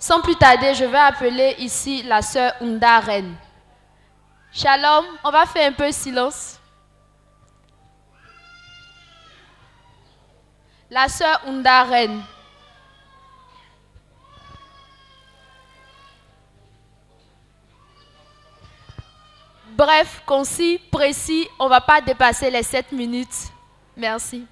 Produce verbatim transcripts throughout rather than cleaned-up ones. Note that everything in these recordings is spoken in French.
Sans plus tarder, je vais appeler ici la sœur Unda Reine. Shalom, on va faire un peu de silence. La sœur Unda Reine. Bref, concis, précis, on ne va pas dépasser les sept minutes. Merci.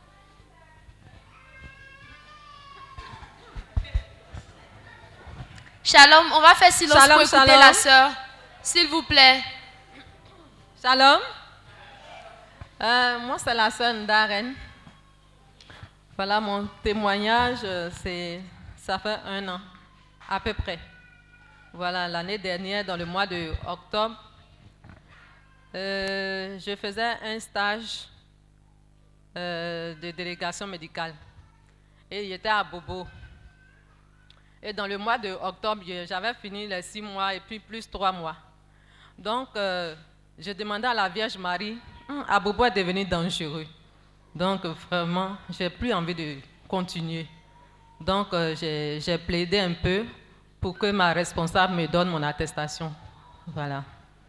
Shalom, on va faire silence Shalom, pour écouter shalom. la sœur. S'il vous plaît. Shalom. Euh, moi, c'est la sœur Ndaren. Voilà mon témoignage. C'est, ça fait un an, à peu près. Voilà, l'année dernière, dans le mois de octobre, euh, je faisais un stage euh, de délégation médicale. Et il était à Bobo. Et dans le mois de octobre, j'avais fini les six mois et puis plus trois mois. Donc, euh, je demandais à la Vierge Marie, hum, à Bobo est devenu dangereux. Donc, vraiment, je n'ai plus envie de continuer. Donc, euh, j'ai, j'ai plaidé un peu pour que ma responsable me donne mon attestation. Voilà.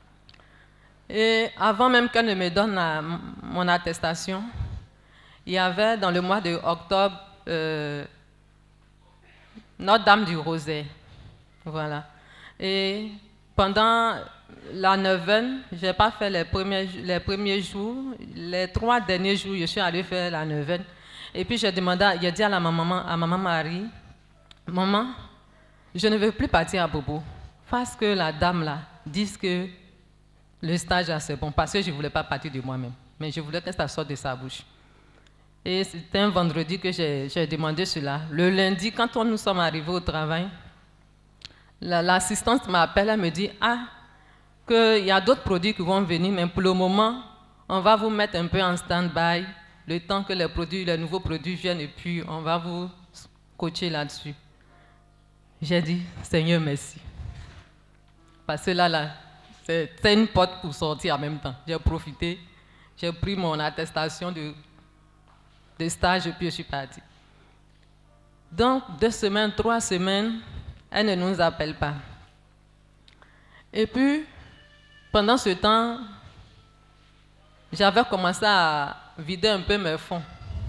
Et avant même qu'elle ne me donne la, mon attestation, il y avait dans le mois de octobre euh, Notre-Dame du Rosaire. Voilà. Et pendant la neuvaine, je n'ai pas fait les premiers, les premiers jours. Les trois derniers jours, je suis allée faire la neuvaine. Et puis, j'ai demandé, j'ai dit à la maman, à maman Marie, maman, je ne veux plus partir à Bobo. Parce que la dame là dise que le stage là c'est bon. Parce que je ne voulais pas partir de moi-même. Mais je voulais que ça sorte de sa bouche. Et c'était un vendredi que j'ai, j'ai demandé cela. Le lundi, quand on, nous sommes arrivés au travail, la, l'assistante m'appelle, elle me dit, ah, qu'il y a d'autres produits qui vont venir, mais pour le moment, on va vous mettre un peu en stand-by, le temps que les produits, les nouveaux produits viennent, et puis on va vous coacher là-dessus. J'ai dit, Seigneur, merci. Parce que là, là, c'est, c'est une porte pour sortir en même temps. J'ai profité, j'ai pris mon attestation de, de stage, et puis je suis partie. Donc, deux semaines, trois semaines, elle ne nous appelle pas. Et puis, pendant ce temps, j'avais commencé à vider un peu mes fonds.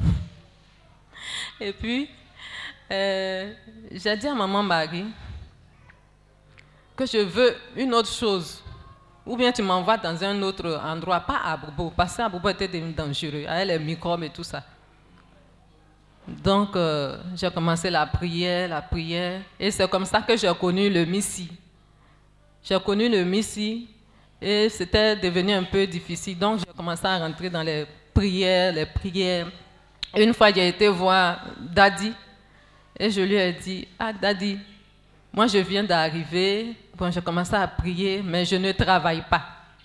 Et puis, euh, j'ai dit à maman Marie que je veux une autre chose. Ou bien tu m'envoies dans un autre endroit, pas à Bobo, parce qu'à Bobo était dangereux, avec les microbes et tout ça. Donc, euh, j'ai commencé la prière, la prière, et c'est comme ça que j'ai connu le Messie. J'ai connu le Messie, et c'était devenu un peu difficile. Donc, j'ai commencé à rentrer dans les prières, les prières. Et une fois, j'ai été voir Daddy, et je lui ai dit, ah Daddy, moi je viens d'arriver, bon, j'ai commencé à prier, mais je ne travaille pas.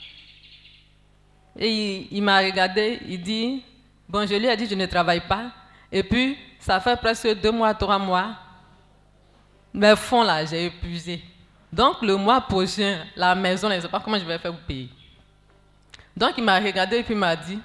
Et il, il m'a regardé, il dit, bon, je lui ai dit, je ne travaille pas. Et puis, ça fait presque deux mois, trois mois, mes fonds là, j'ai épuisé. Donc, le mois prochain, la maison, je ne sais pas comment je vais faire pour payer. Donc, il m'a regardé et puis il m'a dit,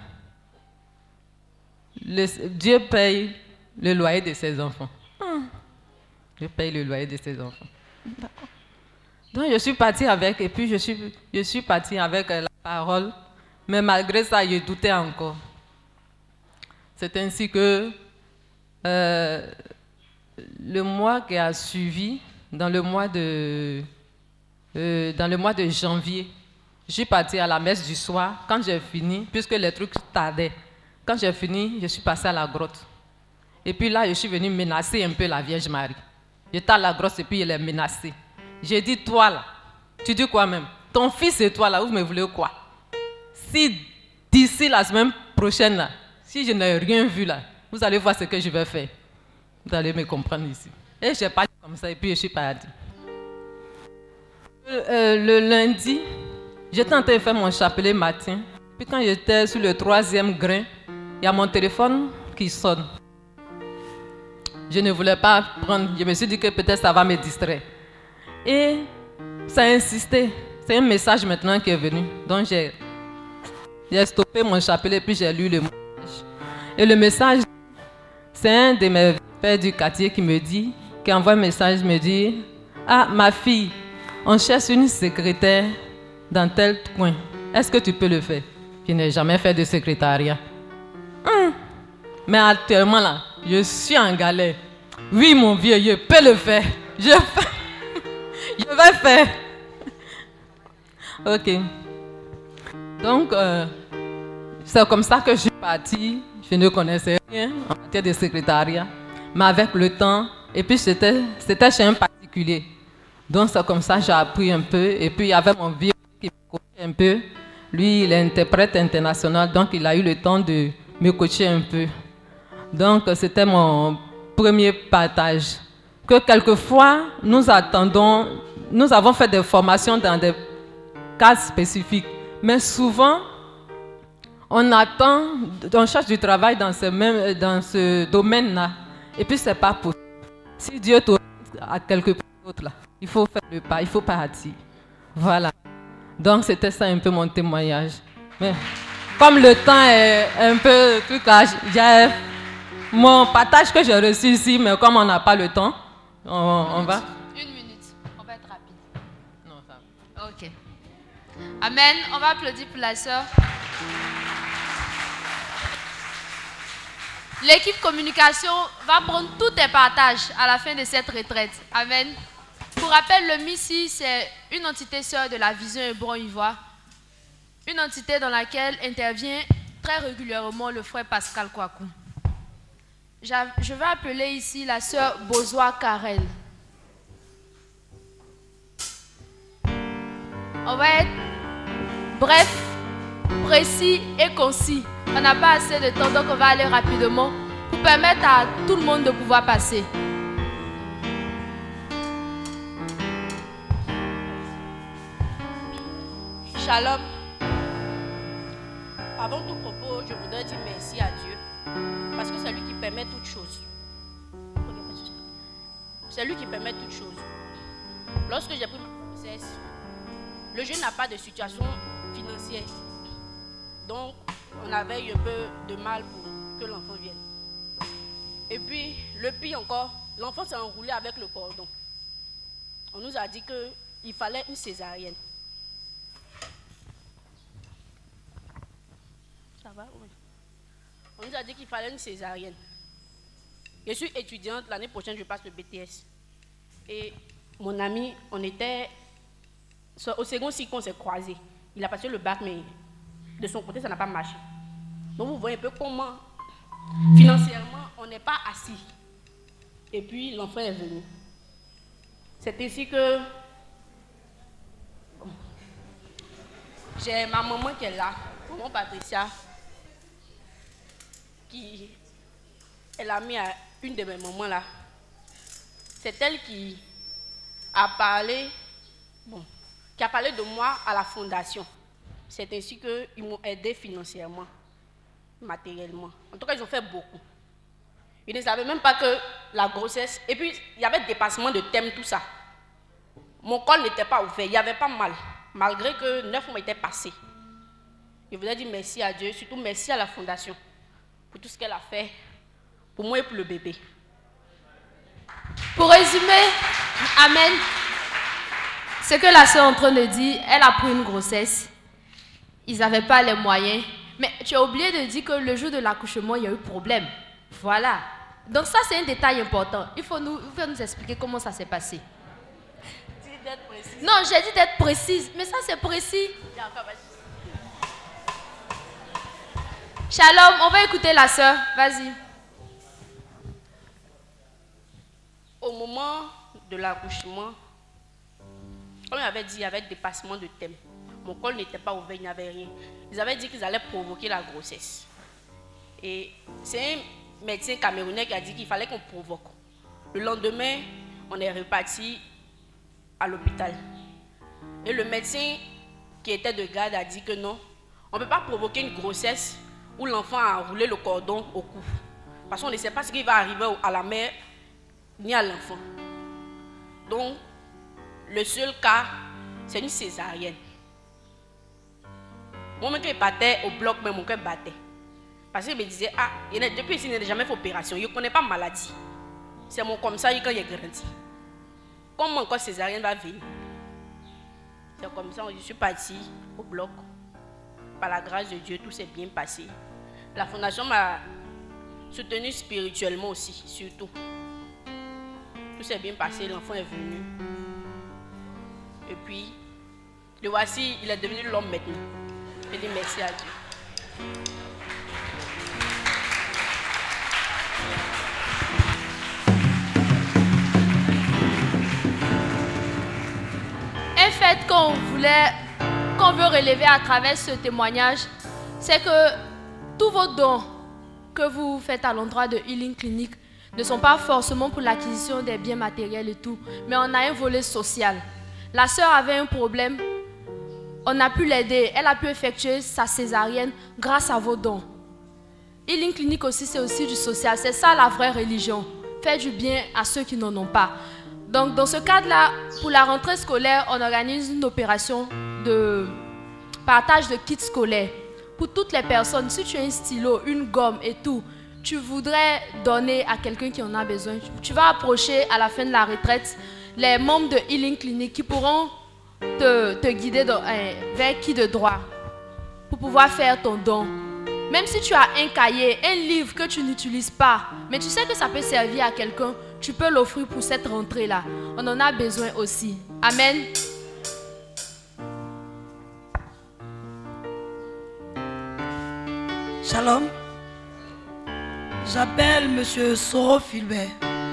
le, Dieu paye le loyer de ses enfants. Hum. Dieu paye le loyer de ses enfants. D'accord. Donc, je suis partie avec, et puis je suis, je suis partie avec la parole, mais malgré ça, je doutais encore. C'est ainsi que euh, le mois qui a suivi, dans le mois de, euh, dans le mois de janvier, je suis partie à la messe du soir. Quand j'ai fini, puisque les trucs tardaient, quand j'ai fini, je suis passée à la grotte. Et puis là, je suis venue menacer un peu la Vierge Marie. J'étais à la grotte et puis je l'ai menacée. J'ai dit, toi là, tu dis quoi même? Ton fils et toi là, vous me voulez quoi? Si d'ici la semaine prochaine là, si je n'ai rien vu là, vous allez voir ce que je vais faire. Vous allez me comprendre ici. Et j'ai parlé comme ça et puis je suis partie. Euh, euh, le lundi, j'étais en train de faire mon chapelet matin. Puis quand j'étais sur le troisième grain, il y a mon téléphone qui sonne. Je ne voulais pas prendre. Je me suis dit que peut-être ça va me distraire. Et ça a insisté. C'est un message maintenant qui est venu. Donc j'ai, j'ai stoppé mon chapelet et puis j'ai lu le message. Et le message, c'est un de mes pères du quartier qui me dit, qui envoie un message, me dit, ah, ma fille, on cherche une secrétaire dans tel coin. Est-ce que tu peux le faire? Je n'ai jamais fait de secrétariat. Hum. Mais actuellement, là, je suis en galère. Oui, mon vieux, je peux le faire. Je, fais. Je vais faire. Ok. Donc, euh, c'est comme ça que je suis partie. Je ne connaissais rien en matière de secrétariat. Mais avec le temps, et puis c'était, c'était chez un particulier. Donc, c'est comme ça que j'ai appris un peu. Et puis, il y avait mon vieux qui me coachait un peu. Lui, il est interprète international, donc il a eu le temps de me coacher un peu. Donc, c'était mon premier partage. Que quelquefois, nous attendons, nous avons fait des formations dans des cas spécifiques. Mais souvent, on attend, on cherche du travail dans ce, même, dans ce domaine-là. Et puis, ce n'est pas possible. Si Dieu t'oriente à quelque part d'autre, là, il faut faire le pas, il faut partir. Voilà. Donc, c'était ça un peu mon témoignage. Mais comme le temps est un peu truc, j'ai mon partage que j'ai reçu ici, mais comme on n'a pas le temps, on, on va. Une minute, on va être rapide. Non, ça va. Ok. Amen. On va applaudir pour la sœur. L'équipe communication va prendre tous tes partages à la fin de cette retraite. Amen. Pour rappel, le M I C I, c'est une entité sœur de la Vision Hébron-Ivoire. Une entité dans laquelle intervient très régulièrement le frère Pascal Kouakou. Je vais appeler ici la sœur Bozoa Karel. On va être bref, précis et concis. On n'a pas assez de temps, donc on va aller rapidement pour permettre à tout le monde de pouvoir passer. Shalom. Avant tout propos, je voudrais dire merci à Dieu. Parce que c'est lui qui permet toutes choses. C'est lui qui permet toutes choses. Lorsque j'ai pris ma grossesse, le jeune n'a pas de situation financière. Donc, on avait eu un peu de mal pour que l'enfant vienne. Et puis, le pire encore, l'enfant s'est enroulé avec le cordon. On nous a dit qu'il fallait une césarienne. Ça va, oui. On nous a dit qu'il fallait une césarienne. Je suis étudiante, l'année prochaine je passe le B T S. Et mon ami, on était au second cycle, on s'est croisés. Il a passé le bac, mais de son côté, ça n'a pas marché. Donc vous voyez un peu comment, financièrement, on n'est pas assis. Et puis l'enfant est venu. C'est ainsi que j'ai ma maman qui est là, maman Patricia, qui elle a mis à une de mes mamans là. C'est elle qui a parlé, bon, qui a parlé de moi à la fondation. C'est ainsi qu'ils m'ont aidé financièrement, matériellement. En tout cas, ils ont fait beaucoup. Ils ne savaient même pas que la grossesse... Et puis, il y avait dépassement de thème, tout ça. Mon col n'était pas ouvert, il n'y avait pas mal, malgré que neuf mois étaient passés. Je voudrais dire merci à Dieu, surtout merci à la fondation pour tout ce qu'elle a fait pour moi et pour le bébé. Pour résumer, amen, ce que la sœur est en train de dire, elle a pris une grossesse, ils n'avaient pas les moyens, mais tu as oublié de dire que le jour de l'accouchement, il y a eu problème. Voilà. Donc ça, c'est un détail important. Il faut nous, il faut nous expliquer comment ça s'est passé. Dis d'être précise. Non, j'ai dit d'être précise, mais ça, c'est précis. Shalom, on va écouter la sœur. Vas-y. Au moment de l'accouchement, comme il avait dit, il y avait dépassement de thème. Mon col n'était pas ouvert, il n'y avait rien. Ils avaient dit qu'ils allaient provoquer la grossesse. Et c'est un médecin camerounais qui a dit qu'il fallait qu'on provoque. Le lendemain, on est reparti à l'hôpital. Et le médecin qui était de garde a dit que non, on ne peut pas provoquer une grossesse où l'enfant a enroulé le cordon au cou. Parce qu'on ne sait pas ce qui va arriver à la mère ni à l'enfant. Donc, le seul cas, c'est une césarienne. Moi, quand je battais au bloc, mais mon cœur battait. Parce qu'il me disait, ah, depuis ici, il n'a jamais fait opération, il ne connaît pas maladie. C'est mon comme ça quand j'ai grandi. Comme encore césarienne va venir. C'est comme ça que je suis partie au bloc. Par la grâce de Dieu, tout s'est bien passé. La fondation m'a soutenue spirituellement aussi, surtout. Tout s'est bien passé, l'enfant est venu. Et puis, le voici, il est devenu l'homme maintenant. Je dis merci à Dieu. Un fait qu'on voulait, qu'on veut relever à travers ce témoignage, c'est que tous vos dons que vous faites à l'endroit de Healing Clinic ne sont pas forcément pour l'acquisition des biens matériels et tout, mais on a un volet social. La sœur avait un problème, on a pu l'aider, elle a pu effectuer sa césarienne grâce à vos dons. Healing Clinic aussi, c'est aussi du social, c'est ça la vraie religion, faire du bien à ceux qui n'en ont pas. Donc dans ce cadre-là, pour la rentrée scolaire, on organise une opération de partage de kits scolaires. Pour toutes les personnes, si tu as un stylo, une gomme et tout, tu voudrais donner à quelqu'un qui en a besoin, tu vas approcher à la fin de la retraite les membres de Healing Clinic qui pourront te, te guider dans, euh, vers qui de droit pour pouvoir faire ton don. Même si tu as un cahier, un livre que tu n'utilises pas, mais tu sais que ça peut servir à quelqu'un, tu peux l'offrir pour cette rentrée-là. On en a besoin aussi. Amen. Shalom. J'appelle Monsieur Soro Filbert.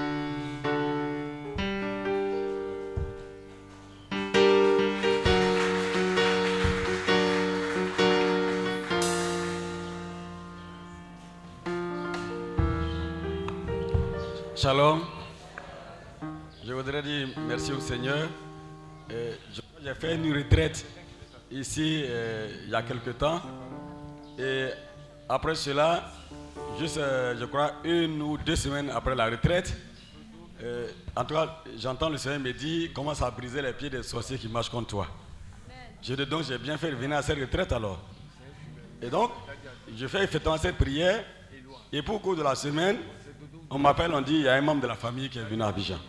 Shalom. Je voudrais dire merci au Seigneur. Euh, J'ai fait une retraite ici euh, il y a quelque temps. Et après cela, juste, euh, je crois, une ou deux semaines après la retraite, euh, en tout cas, j'entends le Seigneur me dire, commence à briser les pieds des sorciers qui marchent contre toi. Je dis donc, j'ai bien fait de venir à cette retraite alors. Et donc, je fais effectivement cette prière. Et pour au cours de la semaine, on m'appelle, on dit, il y a un membre de la famille qui est venu à Abidjan.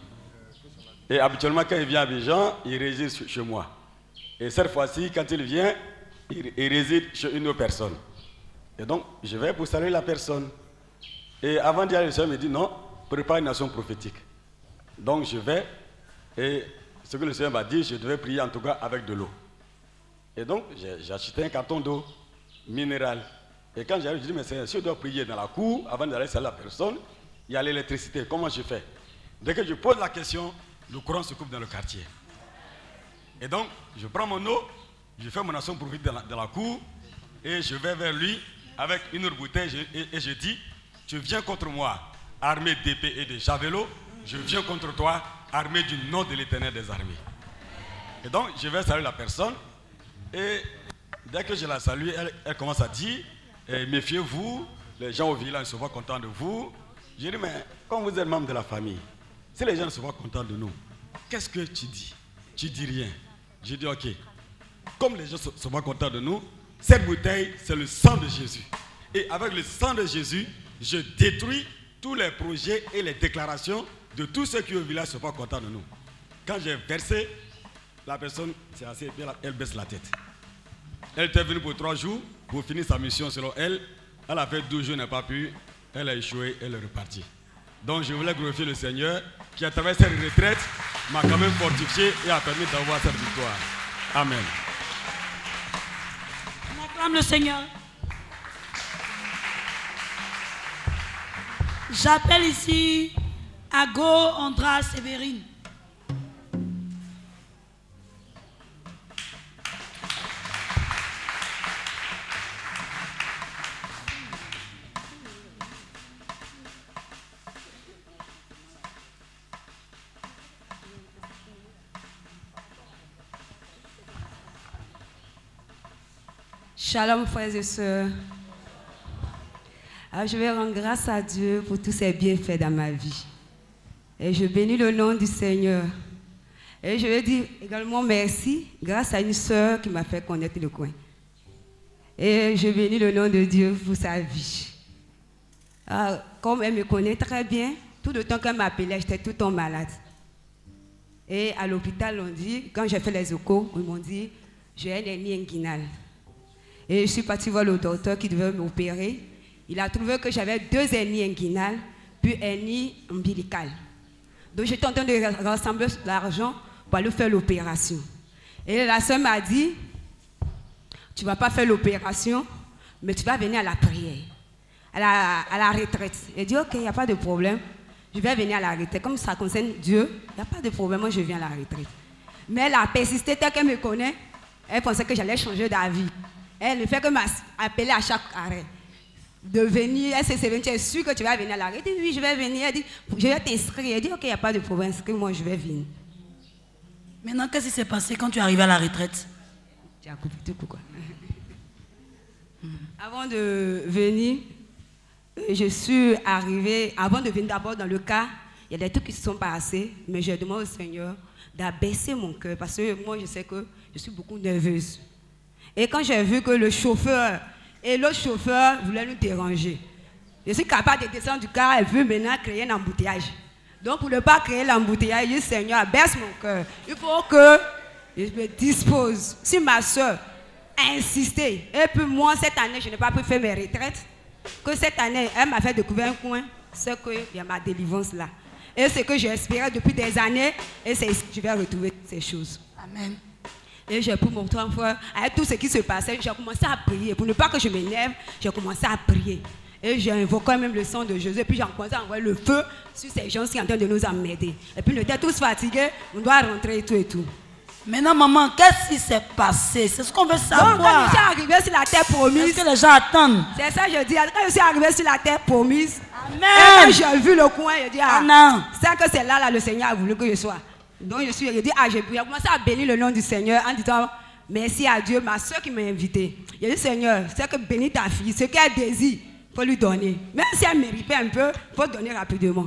Et habituellement, quand il vient à Abidjan, il réside chez moi. Et cette fois-ci, quand il vient, il, il réside chez une autre personne. Et donc, je vais pour saluer la personne. Et avant d'y aller, le Seigneur me dit, non, prépare une action prophétique. Donc, je vais, et ce que le Seigneur m'a dit, je devais prier en tout cas avec de l'eau. Et donc, j'ai acheté un carton d'eau minérale. Et quand j'arrive, je dis, mais Seigneur, si je dois prier dans la cour, avant d'aller saluer la personne, il y a l'électricité, comment je fais? Dès que je pose la question, le courant se coupe dans le quartier. Et donc, je prends mon eau, je fais mon action prophétique dans la, dans la cour, et je vais vers lui avec une autre bouteille, je, et, et je dis, tu viens contre moi, armé d'épée et de javelot, je viens contre toi, armé du nom de l'Éternel des armées. Et donc, je vais saluer la personne, et dès que je la salue, elle, elle commence à dire, eh, méfiez-vous, les gens au village ne sont pas contents de vous. Je dis, mais quand vous êtes membre de la famille, si les gens ne sont pas contents de nous, qu'est-ce que tu dis? Tu dis rien. Je dis, ok, comme les gens ne sont pas contents de nous, cette bouteille, c'est le sang de Jésus. Et avec le sang de Jésus, je détruis tous les projets et les déclarations de tous ceux qui au village ne sont pas contents de nous. Quand j'ai versé, la personne s'est assise et elle baisse la tête. Elle était venue pour trois jours pour finir sa mission selon elle. Elle a fait douze jours, n'a pas pu. Elle a échoué, elle est repartie. Donc je voulais glorifier le Seigneur qui à travers cette retraite m'a quand même fortifié et a permis d'avoir cette victoire. Amen. On acclame le Seigneur. J'appelle ici Ago Andra Sévérine. Shalom frères et sœurs. Alors, je vais rendre grâce à Dieu pour tous ses bienfaits dans ma vie. Et je bénis le nom du Seigneur. Et je vais dire également merci grâce à une sœur qui m'a fait connaître le coin. Et je bénis le nom de Dieu pour sa vie. Alors, comme elle me connaît très bien, tout le temps qu'elle m'appelait, j'étais tout le temps malade. Et à l'hôpital, on dit, quand j'ai fait les échos, ils m'ont dit, j'ai un hernie inguinale. Et je suis partie voir le docteur qui devait m'opérer. Il a trouvé que j'avais deux hernies inguinales, puis hernie ombilicale. Donc j'étais en train de rassembler l'argent pour aller faire l'opération. Et la soeur m'a dit, tu ne vas pas faire l'opération, mais tu vas venir à la prière, à la, à la retraite. Elle dit, ok, il n'y a pas de problème, je vais venir à la retraite. Comme ça concerne Dieu, il n'y a pas de problème, moi je viens à la retraite. Mais elle a persisté, telle qu'elle me connaît, elle pensait que j'allais changer d'avis. Elle ne fait que m'appeler à chaque arrêt. De venir, elle s'est venue, tu es sûre que tu vas venir à la retraite? Elle dit, oui, je vais venir. Elle dit, je vais t'inscrire. Elle dit, ok, il n'y a pas de problème, inscris-moi, je vais venir. Maintenant, qu'est-ce qui s'est passé quand tu es arrivé à la retraite? Tu as coupé tout, quoi. Avant de venir, je suis arrivée, avant de venir d'abord dans le cas, il y a des trucs qui se sont passés, mais je demande au Seigneur d'abaisser mon cœur, parce que moi, je sais que je suis beaucoup nerveuse. Et quand j'ai vu que le chauffeur et l'autre chauffeur voulaient nous déranger, je suis capable de descendre du car, elle veut maintenant créer un embouteillage. Donc, pour ne pas créer l'embouteillage, je dis, Seigneur, abaisse mon cœur. Il faut que je me dispose. Si ma soeur a insisté, et puis moi, cette année, je n'ai pas pu faire mes retraites, que cette année, elle m'a fait découvrir un coin, c'est qu'il y a ma délivrance là. Et c'est que j'ai espéré depuis des années, et c'est ici que je vais retrouver ces choses. Amen. Et j'ai pris mon temps, avec tout ce qui se passait, j'ai commencé à prier. Pour ne pas que je m'énerve, j'ai commencé à prier. Et j'ai invoqué même le sang de Jésus. Et puis j'ai commencé à envoyer le feu sur ces gens qui sont en train de nous emmerder. Et puis nous étions tous fatigués, on doit rentrer et tout et tout. Maintenant, maman, qu'est-ce qui s'est passé? C'est ce qu'on veut savoir. Donc, quand je suis arrivée sur la terre promise, est-ce que les gens attendent? C'est ça que je dis. Quand je suis arrivée sur la terre promise, Amen. Et quand j'ai vu le coin, je dis, ah, non. c'est que c'est là, là, le Seigneur a voulu que je sois. Donc je suis, je dis, ah, j'ai commencé à bénir le nom du Seigneur en disant, merci à Dieu, ma soeur qui m'a invité. J'ai dit, Seigneur, c'est que bénis ta fille, ce qu'elle désire, il faut lui donner. Même si elle méritait un peu, il faut donner rapidement.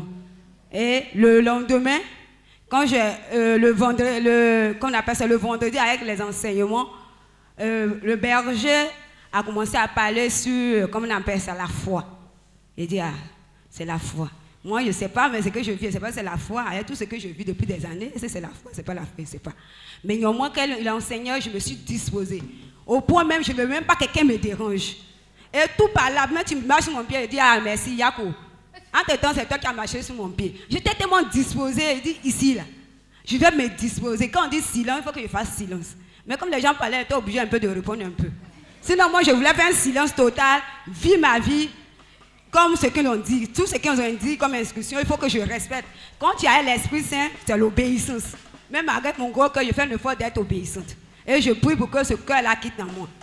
Et le lendemain, quand j'ai euh, le vendredi, le, qu'on appelle ça le vendredi avec les enseignements, euh, le berger a commencé à parler sur, comment on appelle ça, la foi. Il dit, ah, c'est la foi. Moi, je ne sais pas, mais ce que je vis, je ne sais pas, c'est la foi. Et tout ce que je vis depuis des années, c'est la foi, c'est pas la foi, je ne sais pas. Mais néanmoins, quand il enseignait, je me suis disposée. Au point même, je ne veux même pas que quelqu'un me dérange. Et tout par là, même tu marches sur mon pied, et dis, ah, merci, Yako. Entre-temps, c'est toi qui as marché sur mon pied. J'étais tellement disposée, il dit, ici, là, je vais me disposer. Quand on dit silence, il faut que je fasse silence. Mais comme les gens parlaient, j'étais obligée un peu de répondre un peu. Sinon, moi, je voulais faire un silence total, vivre ma vie, comme ce qu'ils ont dit, tout ce qu'ils ont dit comme instruction, il faut que je respecte. Quand tu as l'Esprit Saint, c'est l'obéissance. Même avec mon gros cœur, je fais l'effort d'être obéissante. Et je prie pour que ce cœur-là quitte dans moi.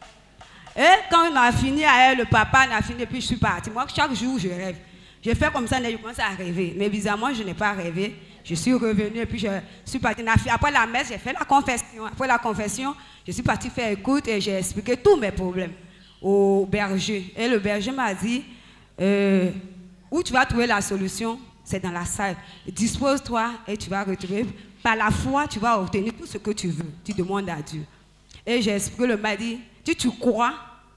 Et quand on a fini, le papa a fini, puis je suis partie. Moi, chaque jour, je rêve. Je fais comme ça, je commence à rêver. Mais bizarrement, je n'ai pas rêvé. Je suis revenue et puis je suis partie. Après la messe, j'ai fait la confession. Après la confession, je suis partie faire écoute et j'ai expliqué tous mes problèmes au berger. Et le berger m'a dit, Euh, où tu vas trouver la solution, c'est dans la salle. Dispose-toi et tu vas retrouver. Par la foi, tu vas obtenir tout ce que tu veux. Tu demandes à Dieu. Et j'ai expliqué, le m'a dit, si tu crois,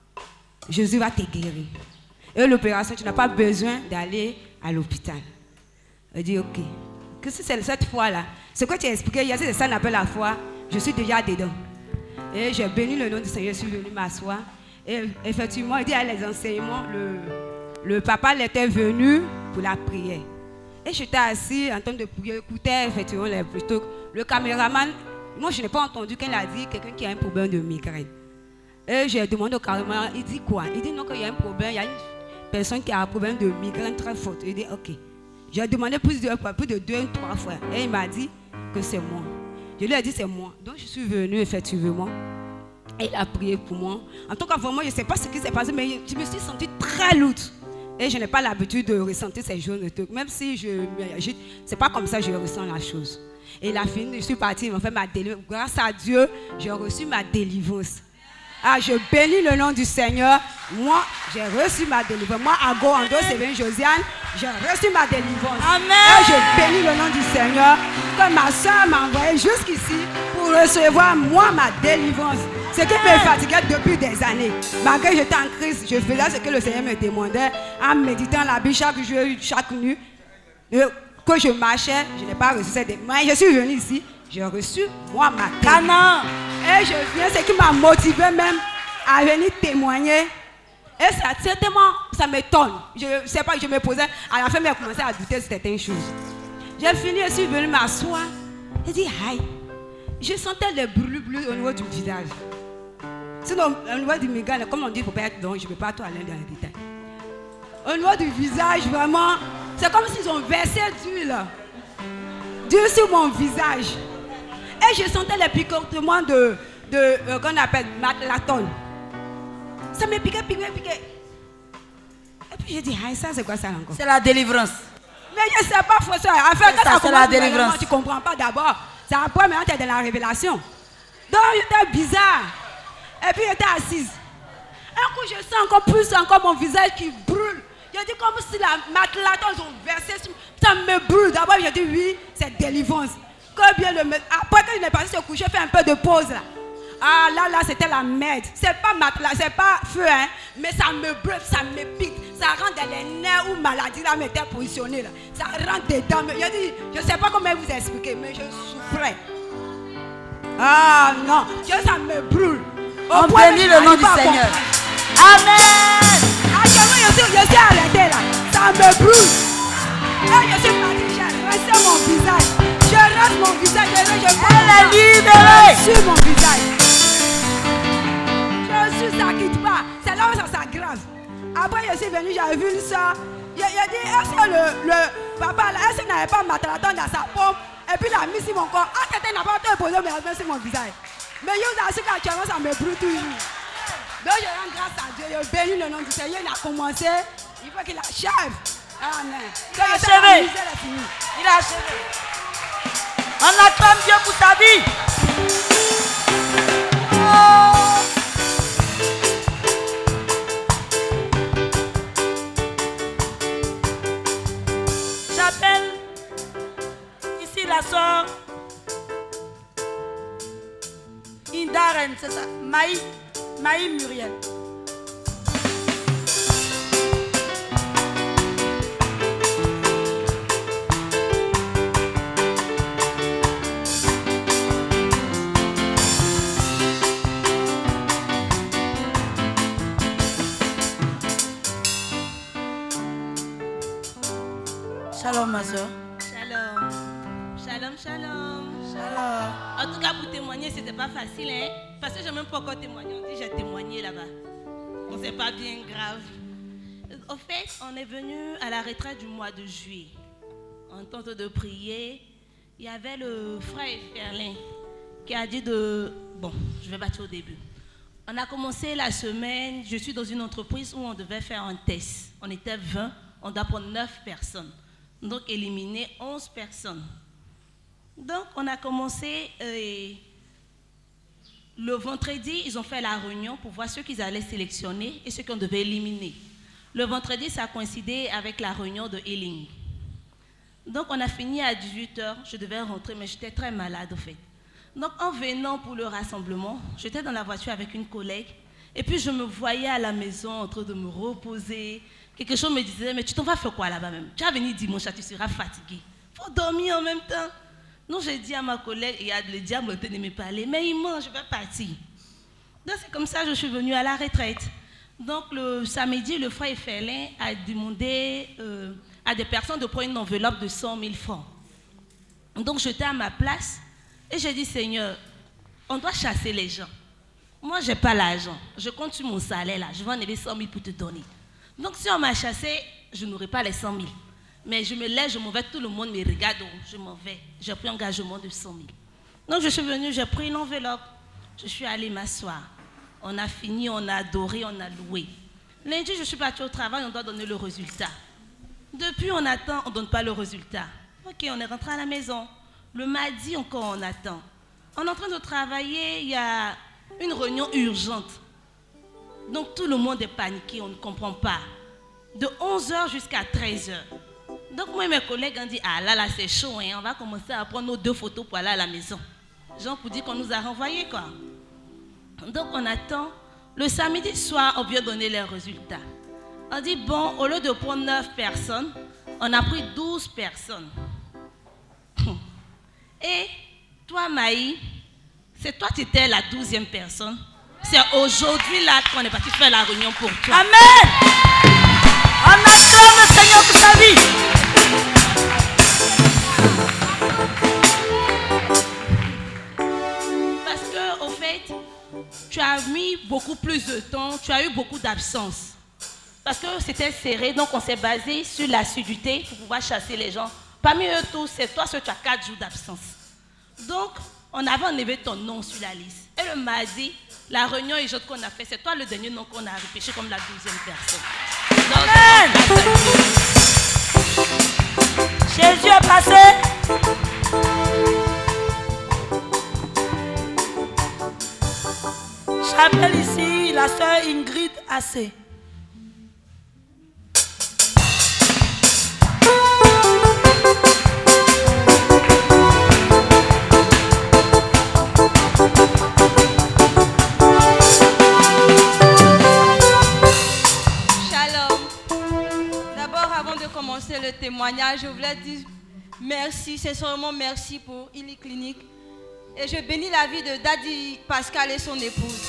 Jésus va te guérir. Et l'opération, tu n'as pas besoin d'aller à l'hôpital. Il dit, ok. Que si c'est cette foi-là, ce que tu as expliqué hier, c'est ça qu'on appelle la foi, je suis déjà dedans. Et j'ai béni le nom du Seigneur, je suis venu m'asseoir. Et effectivement, il dit à les enseignements, le... Le papa était venu pour la prière. Et j'étais assis en train de prier, écouter effectivement les plutôt. Le caméraman, moi je n'ai pas entendu qu'elle a dit quelqu'un qui a un problème de migraine. Et j'ai demandé au caméraman, il dit quoi? Il dit non, qu'il y a un problème, il y a une personne qui a un problème de migraine très fort. Il dit ok. J'ai demandé plusieurs fois, plus de deux, trois fois. Et il m'a dit que c'est moi. Je lui ai dit c'est moi. Donc je suis venue effectivement. Et il a prié pour moi. En tout cas, vraiment, je ne sais pas ce qui s'est passé, mais je me suis sentie très lourde. Et je n'ai pas l'habitude de ressentir ces choses. Même si je m'agite, ce n'est pas comme ça que je ressens la chose. Et il a fini, je suis partie, il m'a fait ma délivrance. Grâce à Dieu, j'ai reçu ma délivrance. Ah, je bénis le nom du Seigneur. Moi, j'ai reçu ma délivrance. Moi, Ago, Ando, Sévin, Josiane, j'ai reçu ma délivrance. Amen. Et je bénis le nom du Seigneur. Que ma soeur m'a envoyé jusqu'ici pour recevoir, moi, ma délivrance. Ce qui me fatiguait depuis des années. Malgré que j'étais en crise, je faisais ce que le Seigneur me demandait en méditant la Bible chaque jour, chaque nuit. euh, que je marchais, je n'ai pas reçu cette demande. Je suis venue ici, j'ai reçu moi ma Canaan. Et je viens, c'est qui m'a motivé même à venir témoigner. Et ça, certainement, ça m'étonne. Je ne sais pas, je me posais, à la fin, j'ai commencé à douter de certaines choses. J'ai fini, je suis venue m'asseoir. J'ai dit, aïe, je sentais les brûlures au niveau du visage. Sinon, au niveau du migraine, comme on dit, il ne faut pas être donc, je ne peux pas tout aller dans les détails. Au niveau du visage, vraiment, c'est comme s'ils ont versé d'huile. D'huile sur mon visage. Et je sentais les picotements de, de euh, qu'on appelle matlatone. Ça me piquait, piquait, piquait. Et puis j'ai dit, ah, ça c'est quoi ça encore? C'est la délivrance. Mais je ne sais pas, faut ça. En fait, quand ça, ça c'est la commence, délivrance. tu ne comprends pas d'abord. C'est après, maintenant, tu es dans la révélation. Donc, j'étais bizarre. Et puis, j'étais assise. Un coup, je sens encore plus, encore mon visage qui brûle. J'ai dit comme si la matelas, ils ont versé sur... Ça me brûle. D'abord, j'ai dit, oui, c'est délivrance. Que bien le... Après que je n'ai pas se coucher, j'ai fait un peu de pause, là. Ah, là, là, c'était la merde. C'est pas matelas, c'est pas feu, hein. Mais ça me brûle, ça me pique. Ça rentre dans les nerfs où maladie, là, m'était positionnée, là. Ça rentre dedans. J'ai dit, je ne sais pas comment vous expliquer, mais je souffrais. Ah, non. Ça me brûle. On bénit le nom du Seigneur. Amen. Actuellement, je suis, je suis arrêtée là. Ça me brûle. Et je suis partie, j'ai resté mon visage. Je reste mon visage. Je, je Elle est libérée. sur mon visage. Je suis, ça quitte pas. C'est là où ça s'aggrave. Après, je suis venue, j'avais vu une soeur. Il a dit, est-ce que le, le papa, là, est-ce qu'il n'avait pas matalaton dans sa paume? Et puis, il a mis sur mon corps. Ah, quelqu'un n'a pas posé mes mains sur mon visage. Mais je vous assure qu'actuellement, ça me brûle toujours. Donc, je rends grâce à Dieu. Je bénis le nom du Seigneur. Il a commencé. Il faut qu'il achève. Amen. Il a achevé. Il a achevé. On acclame Dieu pour ta vie. Oh. J'appelle ici la soeur Indaren, c'est ça, Maï, Maï Muriel. Shalom ma soeur. Shalom. Shalom, shalom. Shalom. En tout cas, pour témoigner, c'était pas facile, hein? Parce que je n'ai même pas encore témoigné. On dit j'ai témoigné là-bas. Bon, c'est pas bien grave. Au fait, on est venu à la retraite du mois de juillet. En temps de prier, il y avait le frère Ferlin qui a dit de... Bon, je vais battre au début. On a commencé la semaine, je suis dans une entreprise où on devait faire un test. On était vingt, on doit prendre neuf personnes. Donc, éliminer onze personnes. Donc, on a commencé, euh, le vendredi, ils ont fait la réunion pour voir ceux qu'ils allaient sélectionner et ceux qu'on devait éliminer. Le vendredi, ça a coïncidé avec la réunion de healing. Donc, on a fini à dix-huit heures, je devais rentrer, mais j'étais très malade, au fait. Donc, en venant pour le rassemblement, j'étais dans la voiture avec une collègue, et puis je me voyais à la maison en train de me reposer. Quelque chose me disait, mais tu t'en vas faire quoi là-bas même? Tu vas venir dimanche, tu seras fatigué. Il faut dormir en même temps. Donc j'ai dit à ma collègue, et le diable ne me parler, mais il ment, je vais partir. Donc c'est comme ça que je suis venue à la retraite. Donc le samedi, le frère Ferlin a demandé euh, à des personnes de prendre une enveloppe de cent mille francs. Donc j'étais à ma place et j'ai dit, Seigneur, on doit chasser les gens. Moi, je n'ai pas l'argent. Je compte sur mon salaire là. Je vais enlever cent mille pour te donner. Donc si on m'a chassé, je n'aurai pas les cent mille. Mais je me lève, je m'en vais, tout le monde me regarde, je m'en vais. J'ai pris un engagement de cent mille. Donc je suis venue, j'ai pris l'enveloppe. Je suis allée m'asseoir. On a fini, on a adoré, on a loué. Lundi, je suis partie au travail, on doit donner le résultat. Depuis, on attend, on ne donne pas le résultat. Ok, on est rentré à la maison. Le mardi, encore, on attend. On est en train de travailler, il y a une réunion urgente. Donc tout le monde est paniqué, on ne comprend pas. De onze heures jusqu'à treize heures. Donc moi et mes collègues ont dit, ah là là c'est chaud, hein, on va commencer à prendre nos deux photos pour aller à la maison. Genre pour dire qu'on nous a renvoyés quoi. Donc on attend. Le samedi soir, on vient donner les résultats. On dit, bon, au lieu de prendre neuf personnes, on a pris douze personnes. Et toi, Maï, c'est toi qui étais la douzième personne. C'est aujourd'hui là qu'on est parti faire la réunion pour toi. Amen. On acclame le Seigneur pour sa vie. Parce que, au fait, tu as mis beaucoup plus de temps, tu as eu beaucoup d'absence. Parce que c'était serré, donc on s'est basé sur l'assiduité pour pouvoir chasser les gens. Parmi eux tous, c'est toi seul, tu as quatre jours d'absence. Donc, on avait enlevé ton nom sur la liste. Et le mardi, la réunion et autres qu'on a fait, c'est toi le dernier nom qu'on a repêché comme la douzième personne. Donc, Amen. Jésus est passé. J'appelle ici la sœur Ingrid Assé. Le témoignage, je voulais dire merci, sincèrement merci pour Ili Clinique. Et je bénis la vie de Daddy Pascal et son épouse.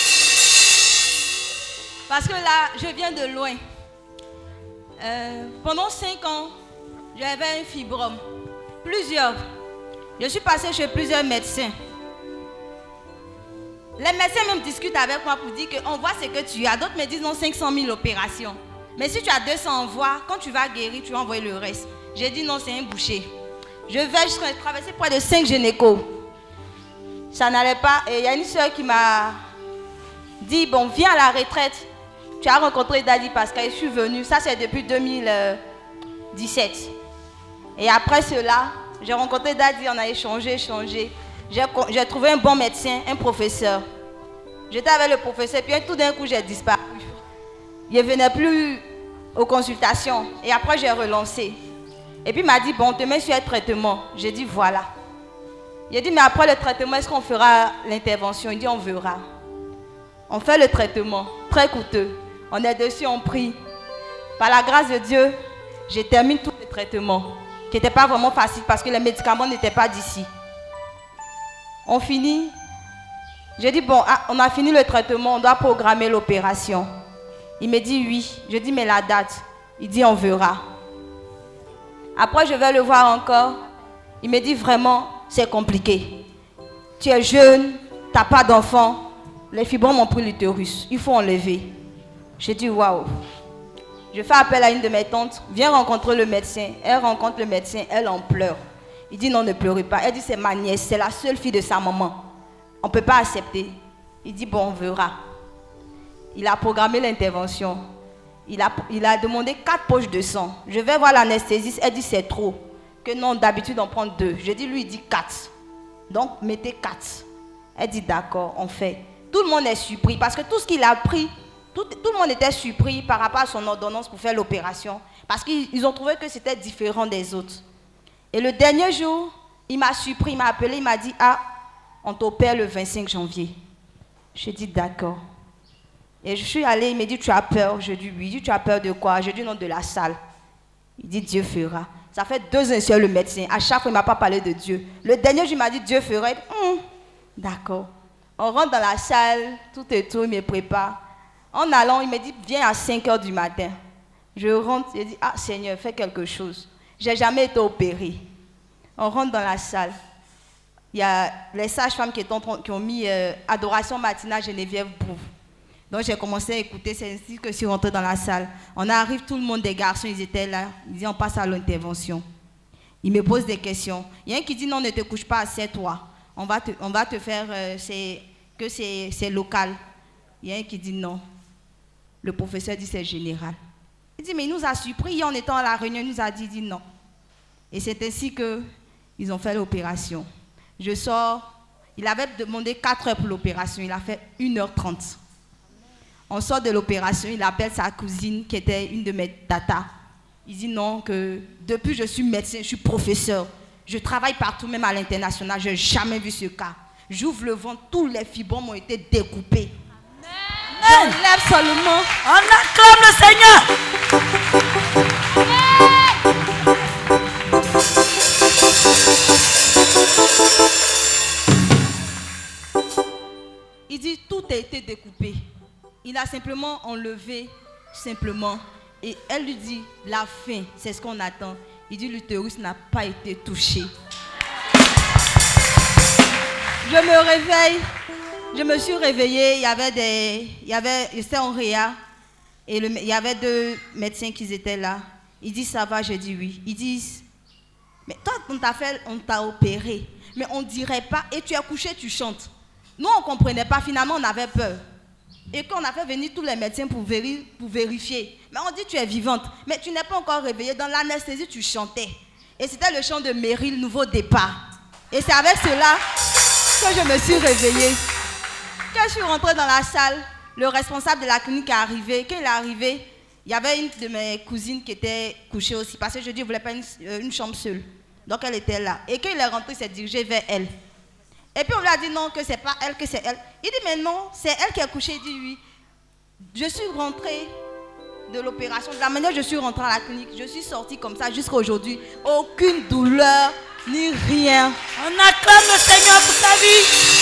Parce que là, je viens de loin. Euh, pendant cinq ans, j'avais un fibrome. Plusieurs. Je suis passée chez plusieurs médecins. Les médecins même discutent avec moi pour dire qu'on voit ce que tu as. D'autres me disent non, cinq cent mille opérations. Mais si tu as deux cents envois, quand tu vas guérir, tu vas envoyer le reste. J'ai dit non, c'est un boucher. Je vais jusqu'à traverser près de cinq gynécos. Ça n'allait pas. Et il y a une soeur qui m'a dit, bon, viens à la retraite. Tu as rencontré Daddy Pascal. Je suis venue. Ça, c'est depuis deux mille dix-sept. Et après cela, j'ai rencontré Daddy. On a échangé, échangé. J'ai trouvé un bon médecin, un professeur. J'étais avec le professeur. Puis tout d'un coup, j'ai disparu. Il ne venait plus aux consultations. Et après, j'ai relancé. Et puis, il m'a dit, bon, on te met sur un traitement. J'ai dit, voilà. Il a dit, mais après le traitement, est-ce qu'on fera l'intervention? Il dit, on verra. On fait le traitement, très coûteux. On est dessus, on prie. Par la grâce de Dieu, j'ai terminé tout le traitement, qui n'était pas vraiment facile parce que les médicaments n'étaient pas d'ici. On finit. J'ai dit, bon, ah, on a fini le traitement, on doit programmer l'opération. Il me dit oui. Je dis mais la date. Il dit on verra. Après je vais le voir encore. Il me dit vraiment c'est compliqué. Tu es jeune, tu n'as pas d'enfant. Les fibromes m'ont pris l'utérus. Il faut enlever. J'ai dit waouh. Je fais appel à une de mes tantes. Viens rencontrer le médecin. Elle rencontre le médecin. Elle en pleure. Il dit non, ne pleurez pas. Elle dit c'est ma nièce. C'est la seule fille de sa maman. On ne peut pas accepter. Il dit bon on verra. Il a programmé l'intervention. Il a, il a demandé quatre poches de sang. Je vais voir l'anesthésiste. Elle dit c'est trop. Que non, d'habitude on prend deux. Je dis lui, il dit quatre. Donc mettez quatre. Elle dit d'accord, on fait. Tout le monde est surpris parce que tout ce qu'il a pris, tout, tout le monde était surpris par rapport à son ordonnance pour faire l'opération. Parce qu'ils ont trouvé que c'était différent des autres. Et le dernier jour, il m'a surpris, il m'a appelé, il m'a dit ah, on t'opère le vingt-cinq janvier. J'ai dit d'accord. Et je suis allée, il m'a dit, tu as peur? Je dis, oui. Il dit, tu as peur de quoi? Je dis, non, de la salle. Il dit, Dieu fera. Ça fait deux ans sur le médecin. À chaque fois, il ne m'a pas parlé de Dieu. Le dernier jour, il m'a dit, Dieu fera. Hum, d'accord. On rentre dans la salle, tout et tout, il me prépare. En allant, il me dit, viens à cinq heures du matin. Je rentre, il dit, ah Seigneur, fais quelque chose. Je n'ai jamais été opérée. On rentre dans la salle. Il y a les sages-femmes qui, qui ont mis euh, Adoration matinale Geneviève Bouve. Donc j'ai commencé à écouter, c'est ainsi que je suis rentrée dans la salle. On arrive, tout le monde, des garçons, ils étaient là. Ils disent, on passe à l'intervention. Ils me posent des questions. Il y a un qui dit, non, ne te couche pas, assieds-toi. On va te, on va te faire, euh, c'est, que c'est, c'est local. Il y a un qui dit, non. Le professeur dit, c'est général. Il dit, mais il nous a surpris, en étant à la réunion, il nous a dit, il dit non. Et c'est ainsi qu'ils ont fait l'opération. Je sors, il avait demandé quatre heures pour l'opération, il a fait une heure trente. On sort de l'opération, il appelle sa cousine qui était une de mes tatas. Il dit non, que depuis que je suis médecin, je suis professeur. Je travaille partout, même à l'international, je n'ai jamais vu ce cas. J'ouvre le ventre, tous les fibromes ont été découpés. Amen. Je lève seulement. On acclame le Seigneur. Amen. Il dit, tout a été découpé. Il a simplement enlevé, simplement. Et elle lui dit, la fin, c'est ce qu'on attend. Il dit, l'utérus n'a pas été touché. Je me réveille, je me suis réveillée, il y avait des, il y avait, j'étais en réa, et le, il y avait deux médecins qui étaient là. Ils disent, ça va, j'ai dit oui. Ils disent, mais toi, on t'a fait, on t'a opéré, mais on ne dirait pas, et tu es couché, tu chantes. Nous, on ne comprenait pas, finalement, on avait peur. Et quand on a fait venir tous les médecins pour, véri, pour vérifier, mais on dit, tu es vivante, mais tu n'es pas encore réveillée. Dans l'anesthésie, tu chantais. Et c'était le chant de Meryl, Nouveau Départ. Et c'est avec cela que je me suis réveillée. Quand je suis rentrée dans la salle, le responsable de la clinique est arrivé. Quand il est arrivé, il y avait une de mes cousines qui était couchée aussi, parce que je dis, je ne voulais pas une, une chambre seule. Donc elle était là. Et quand il est rentré, il s'est dirigé vers elle. Et puis on lui a dit non, que c'est pas elle, que c'est elle. Il dit, mais non, c'est elle qui est couchée. Il dit oui. Je suis rentrée de l'opération, de la manière dont je suis rentrée à la clinique, je suis sortie comme ça jusqu'à aujourd'hui. Aucune douleur, ni rien. On acclame le Seigneur pour ta vie.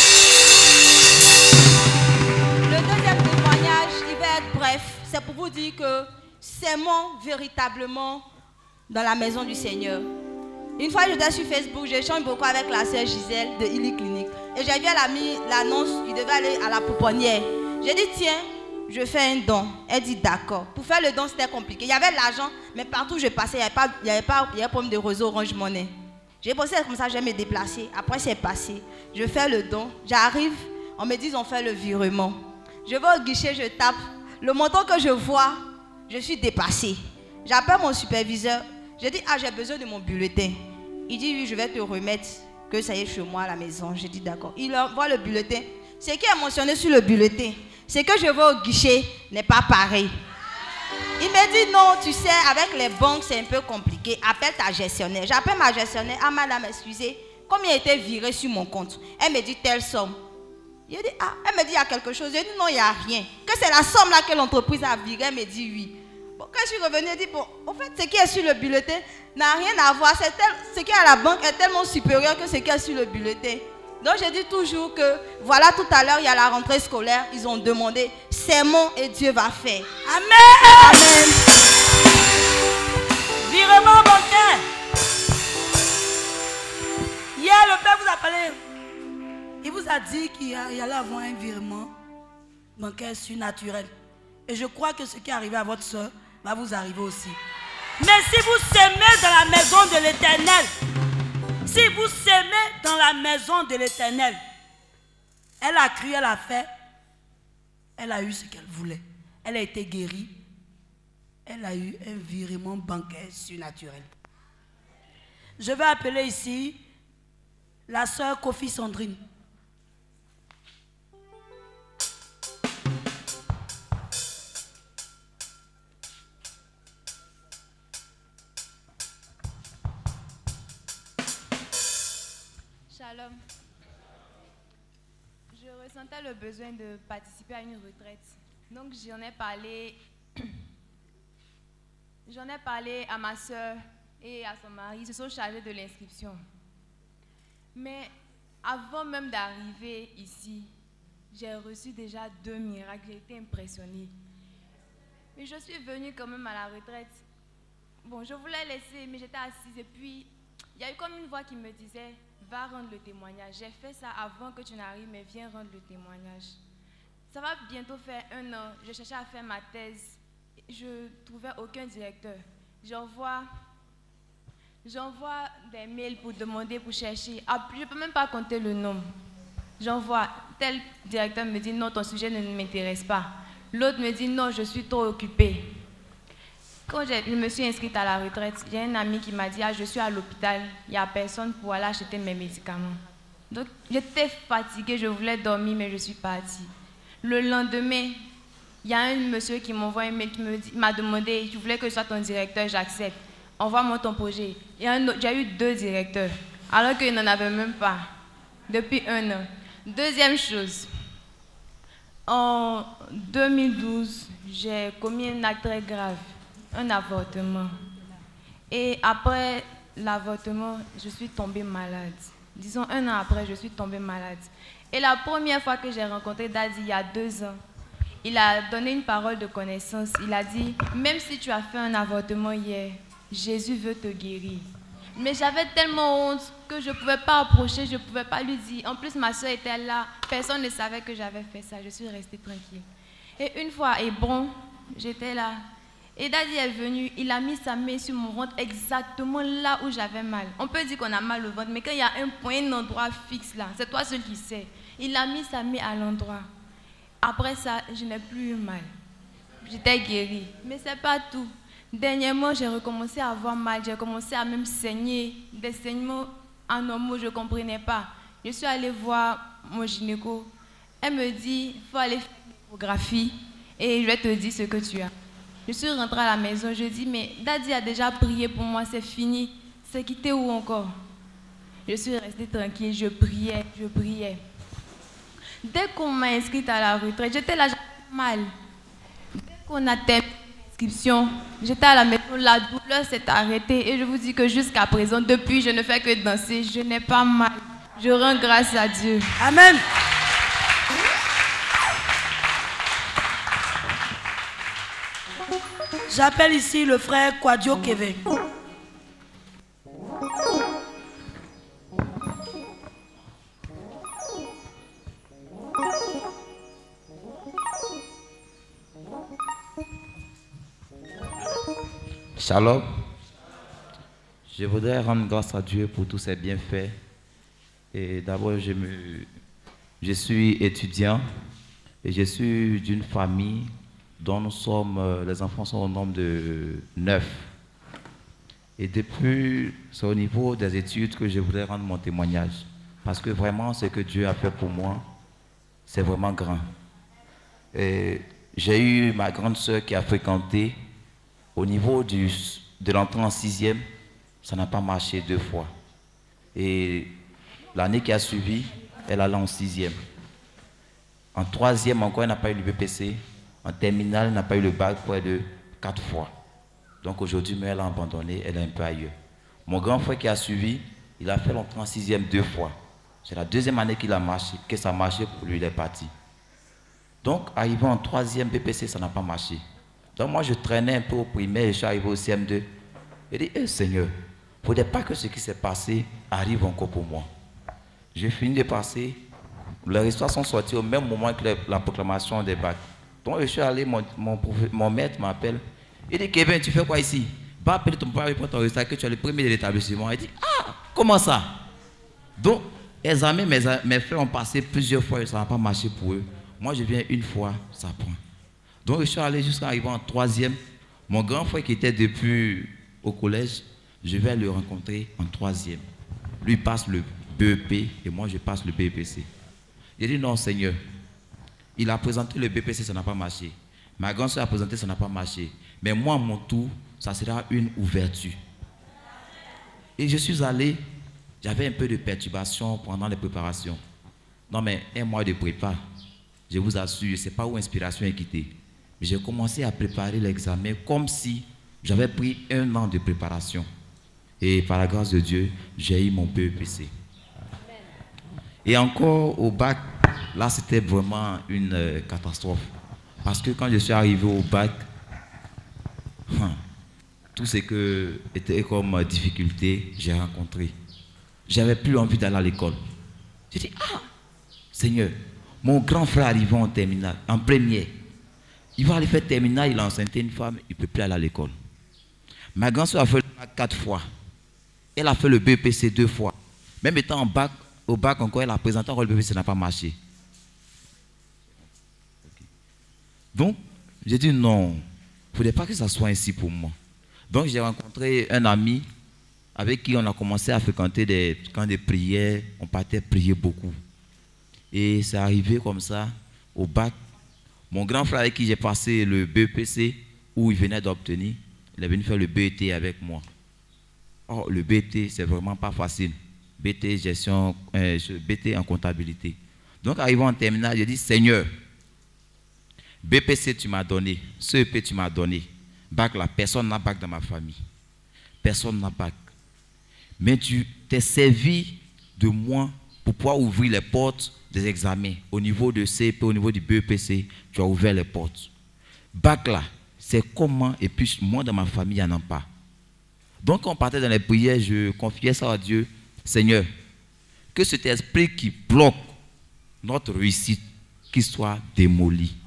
Le deuxième témoignage, il va être bref. C'est pour vous dire que s'aimons véritablement dans la maison du Seigneur. Une fois, j'étais sur Facebook, j'échange beaucoup avec la sœur Gisèle de Illy Clinique. Et j'ai vu, elle a mis l'annonce, il devait aller à la pouponnière. J'ai dit, tiens, je fais un don. Elle dit, d'accord. Pour faire le don, c'était compliqué. Il y avait de l'argent, mais partout où je passais, il n'y avait pas, il y avait pas, il y avait pas de réseau Orange Money. J'ai pensé comme ça, je vais me déplacer. Après, c'est passé. Je fais le don. J'arrive, on me dit, on fait le virement. Je vais au guichet, je tape. Le montant que je vois, je suis dépassée. J'appelle mon superviseur. Je dis, ah, j'ai besoin de mon bulletin. Il dit, oui, je vais te remettre, que ça y est chez moi à la maison. Je dis, d'accord. Il envoie le bulletin. Ce qui est mentionné sur le bulletin, c'est que je vais au guichet n'est pas pareil. Il me dit, non, tu sais, avec les banques, c'est un peu compliqué. Appelle ta gestionnaire. J'appelle ma gestionnaire. Ah, madame, excusez, combien a été viré sur mon compte? Elle me dit, telle somme. Je dis, ah, elle me dit, il y a quelque chose. Je dis, non, il n'y a rien. Que c'est la somme là que l'entreprise a virée. Elle me dit, oui. Bon, quand je suis revenue, elle dit, bon, en fait, ce qui est sur le bulletin n'a rien à voir. C'est tel, ce qui est à la banque est tellement supérieur que ce qui est sur le bulletin. Donc, je dis toujours que, voilà, tout à l'heure, il y a la rentrée scolaire. Ils ont demandé, s'aimons et Dieu va faire. Amen. Amen. Virement bancaire. Hier, le Père vous a parlé. Il vous a dit qu'il y allait avoir un virement bancaire surnaturel. Et je crois que ce qui est arrivé à votre soeur va vous arriver aussi. Mais si vous s'aimez dans la maison de l'Éternel, si vous s'aimez dans la maison de l'Éternel, elle a crié, elle a fait, elle a eu ce qu'elle voulait. Elle a été guérie. Elle a eu un virement bancaire surnaturel. Je vais appeler ici la sœur Kofi Sandrine. Shalom. Je ressentais le besoin de participer à une retraite. Donc j'en ai parlé, j'en ai parlé à ma soeur et à son mari. Ils se sont chargés de l'inscription. Mais avant même d'arriver ici, j'ai reçu déjà deux miracles. J'ai été impressionnée. Mais je suis venue quand même à la retraite. Bon, je voulais laisser, mais j'étais assise. Et puis, il y a eu comme une voix qui me disait, va rendre le témoignage. J'ai fait ça avant que tu n'arrives, mais viens rendre le témoignage. Ça va bientôt faire un an. Je cherchais à faire ma thèse. Je ne trouvais aucun directeur. J'envoie, j'envoie des mails pour demander, pour chercher. Ah, je ne peux même pas compter le nombre. J'envoie. Tel directeur me dit non, ton sujet ne m'intéresse pas. L'autre me dit non, je suis trop occupée. Quand je me suis inscrite à la retraite, j'ai un ami qui m'a dit ah, je suis à l'hôpital, il n'y a personne pour aller acheter mes médicaments. Donc j'étais fatiguée, je voulais dormir, mais je suis partie. Le lendemain, il y a un monsieur qui m'envoie un mail qui m'a demandé, je voulais que je sois ton directeur, j'accepte. Envoie-moi ton projet. J'ai eu deux directeurs, alors qu'il n'en avait même pas, depuis un an. Deuxième chose, en deux mille douze, j'ai commis un acte très grave, un avortement. Et après l'avortement, je suis tombée malade. disons un an après, je suis tombée malade. Et la première fois que j'ai rencontré Daddy, il y a deux ans, il a donné une parole de connaissance. Il a dit, même si tu as fait un avortement hier, Jésus veut te guérir. Mais j'avais tellement honte que je ne pouvais pas approcher, je ne pouvais pas lui dire. En plus, ma soeur était là, personne ne savait que j'avais fait ça. Je suis restée tranquille. Et une fois, et bon, j'étais là. Et Daddy est venu, il a mis sa main sur mon ventre exactement là où j'avais mal. On peut dire qu'on a mal au ventre, mais quand il y a un point, un endroit fixe là, c'est toi seul qui sais. Il a mis sa main à l'endroit. Après ça, je n'ai plus eu mal. J'étais guérie. Mais ce n'est pas tout. Dernièrement, j'ai recommencé à avoir mal, j'ai commencé à même saigner. Des saignements anormaux, je ne comprenais pas. Je suis allée voir mon gynéco. Elle me dit, il faut aller faire une échographie et je vais te dire ce que tu as. Je suis rentrée à la maison, je dis, mais Daddy a déjà prié pour moi, c'est fini. C'est quitté où encore? Je suis restée tranquille, je priais, je priais. Dès qu'on m'a inscrite à la retraite, j'étais là, j'avais mal. Dès qu'on a terminé l'inscription, j'étais à la maison, la douleur s'est arrêtée. Et je vous dis que jusqu'à présent, depuis, je ne fais que danser, je n'ai pas mal. Je rends grâce à Dieu. Amen. J'appelle ici le frère Kwadio Kevin. Shalom. Je voudrais rendre grâce à Dieu pour tous ses bienfaits. Et d'abord, je, me, je suis étudiant et je suis d'une famille dont nous sommes, les enfants sont au nombre de neuf. Et depuis, c'est au niveau des études que je voudrais rendre mon témoignage. Parce que vraiment, ce que Dieu a fait pour moi, c'est vraiment grand. Et j'ai eu ma grande sœur qui a fréquenté. Au niveau du, de l'entrée en sixième, ça n'a pas marché deux fois. Et l'année qui a suivi, elle allait en sixième. En troisième encore, elle n'a pas eu le B P C. En terminale, elle n'a pas eu le bac près de quatre fois. Donc aujourd'hui, mais elle a abandonné, elle est un peu ailleurs. Mon grand frère qui a suivi, il a fait l'entrée en sixième deux fois. C'est la deuxième année qu'il a marché, que ça a marché pour lui, il est parti. Donc, arrivé en troisième B P C, ça n'a pas marché. Donc moi, je traînais un peu au primaire et je suis arrivé au C M deux. J'ai dit, hey, Seigneur, il ne faudrait pas que ce qui s'est passé arrive encore pour moi. J'ai fini de passer. Les résultats sont sortis au même moment que la, la proclamation des bacs. Donc je suis allé, mon, mon, mon maître m'appelle. Il dit, Kevin, tu fais quoi ici? Va appeler ton père pour ton résultat que tu es le premier de l'établissement. Il dit, ah, comment ça? Donc, les amis, mes, mes frères ont passé plusieurs fois et ça n'a pas marché pour eux. Moi, je viens une fois, ça prend. Donc, je suis allé jusqu'à arriver en troisième. Mon grand frère qui était depuis au collège, je vais le rencontrer en troisième. Lui passe le B E P et moi, je passe le B E P C. J'ai dit, non, Seigneur. Il a présenté le B E P C, ça n'a pas marché. Ma grande soeur a présenté, ça n'a pas marché. Mais moi, à mon tour, ça sera une ouverture. Et je suis allé, j'avais un peu de perturbation pendant les préparations. Non, mais un mois de prépa, je vous assure, je ne sais pas où l'inspiration est quittée. J'ai commencé à préparer l'examen comme si j'avais pris un an de préparation. Et par la grâce de Dieu, j'ai eu mon B E P C. Et encore au bac, là c'était vraiment une euh, catastrophe. Parce que quand je suis arrivé au bac, hein, tout ce que était comme euh, difficulté, j'ai rencontré. J'avais plus envie d'aller à l'école. J'ai dit, ah, Seigneur, mon grand frère arrivant en terminale, en première. Il va aller faire terminale, il a enceinté une femme, il ne peut plus aller à l'école. Ma grande soeur a fait le bac quatre fois. Elle a fait le B E P C deux fois. Même étant en bac, au bac encore, elle a présenté encore le B E P C, ça n'a pas marché. Donc, j'ai dit non, il ne faudrait pas que ça soit ainsi pour moi. Donc, j'ai rencontré un ami avec qui on a commencé à fréquenter des camps de prière. On partait prier beaucoup. Et c'est arrivé comme ça, au bac. Mon grand frère avec qui j'ai passé le B E P C, où il venait d'obtenir, il est venu faire le B E T avec moi. Oh, le B E T, c'est vraiment pas facile. B E T, gestion, euh, B E T en comptabilité. Donc, arrivant en terminale, j'ai dit, Seigneur, B P C, tu m'as donné. C E P, tu m'as donné. Bac, là, personne n'a bac dans ma famille. Personne n'a bac. Mais tu t'es servi de moi pour pouvoir ouvrir les portes des examens. Au niveau de C E P, au niveau du B E P C, tu as ouvert les portes. Bac là, c'est comment, et puis moi dans ma famille, il n'y en a pas. Donc quand on partait dans les prières, je confiais ça à Dieu. Seigneur, que cet esprit qui bloque notre réussite, qu'il soit démoli.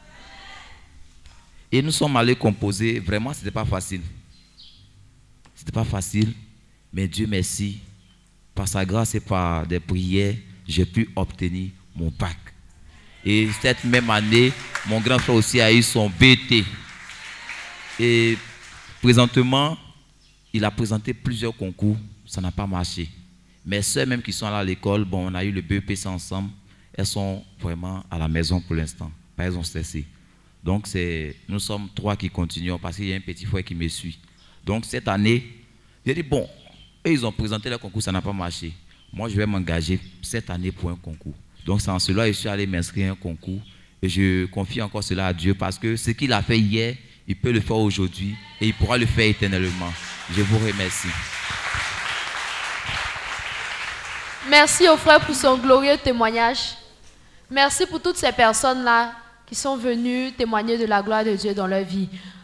Et nous sommes allés composer, vraiment ce n'était pas facile. Ce n'était pas facile, mais Dieu merci, par sa grâce et par des prières, j'ai pu obtenir mon bac. Et cette même année, mon grand frère aussi a eu son B T. Et présentement, il a présenté plusieurs concours, ça n'a pas marché. Mes soeurs même qui sont là à l'école, bon, on a eu le B E P C ensemble, elles sont vraiment à la maison pour l'instant, pas elles ont cessé. Donc nous sommes trois qui continuons parce qu'il y a un petit frère qui me suit. Donc cette année, j'ai dit bon, eux ils ont présenté le concours, ça n'a pas marché. Moi je vais m'engager cette année pour un concours. Donc c'est en cela que je suis allé m'inscrire à un concours et je confie encore cela à Dieu parce que ce qu'il a fait hier, il peut le faire aujourd'hui et il pourra le faire éternellement. Je vous remercie. Merci au frère pour son glorieux témoignage. Merci pour toutes ces personnes-là qui sont venues témoigner de la gloire de Dieu dans leur vie.